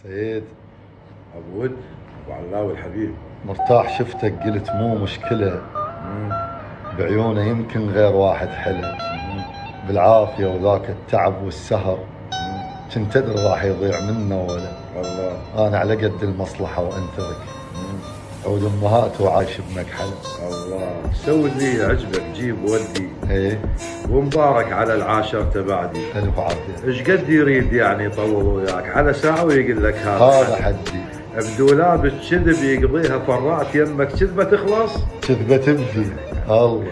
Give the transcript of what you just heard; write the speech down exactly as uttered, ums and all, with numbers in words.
سيد ابو ود، ابو علاوي الحبيب. مرتاح شفتك قلت مو مشكلة. بعيونه يمكن غير واحد حلو بالعافية وذاك التعب والسهر كنت ادري راح يضيع منا ولا. الله. انا على قد المصلحة وانترك عود امهات وعايش بمكحلة. الله، سوي لي عجبك جيب ودي. ايه ومبارك على العاشر تبعدي. الف عافية. ايش قد يريد يعني يطول وياك على ساعة ويقول لك هذا هذا حدي. بدولاب كذب يقضيها فرات يمك كذبة تخلص. كذبة تبدي الله.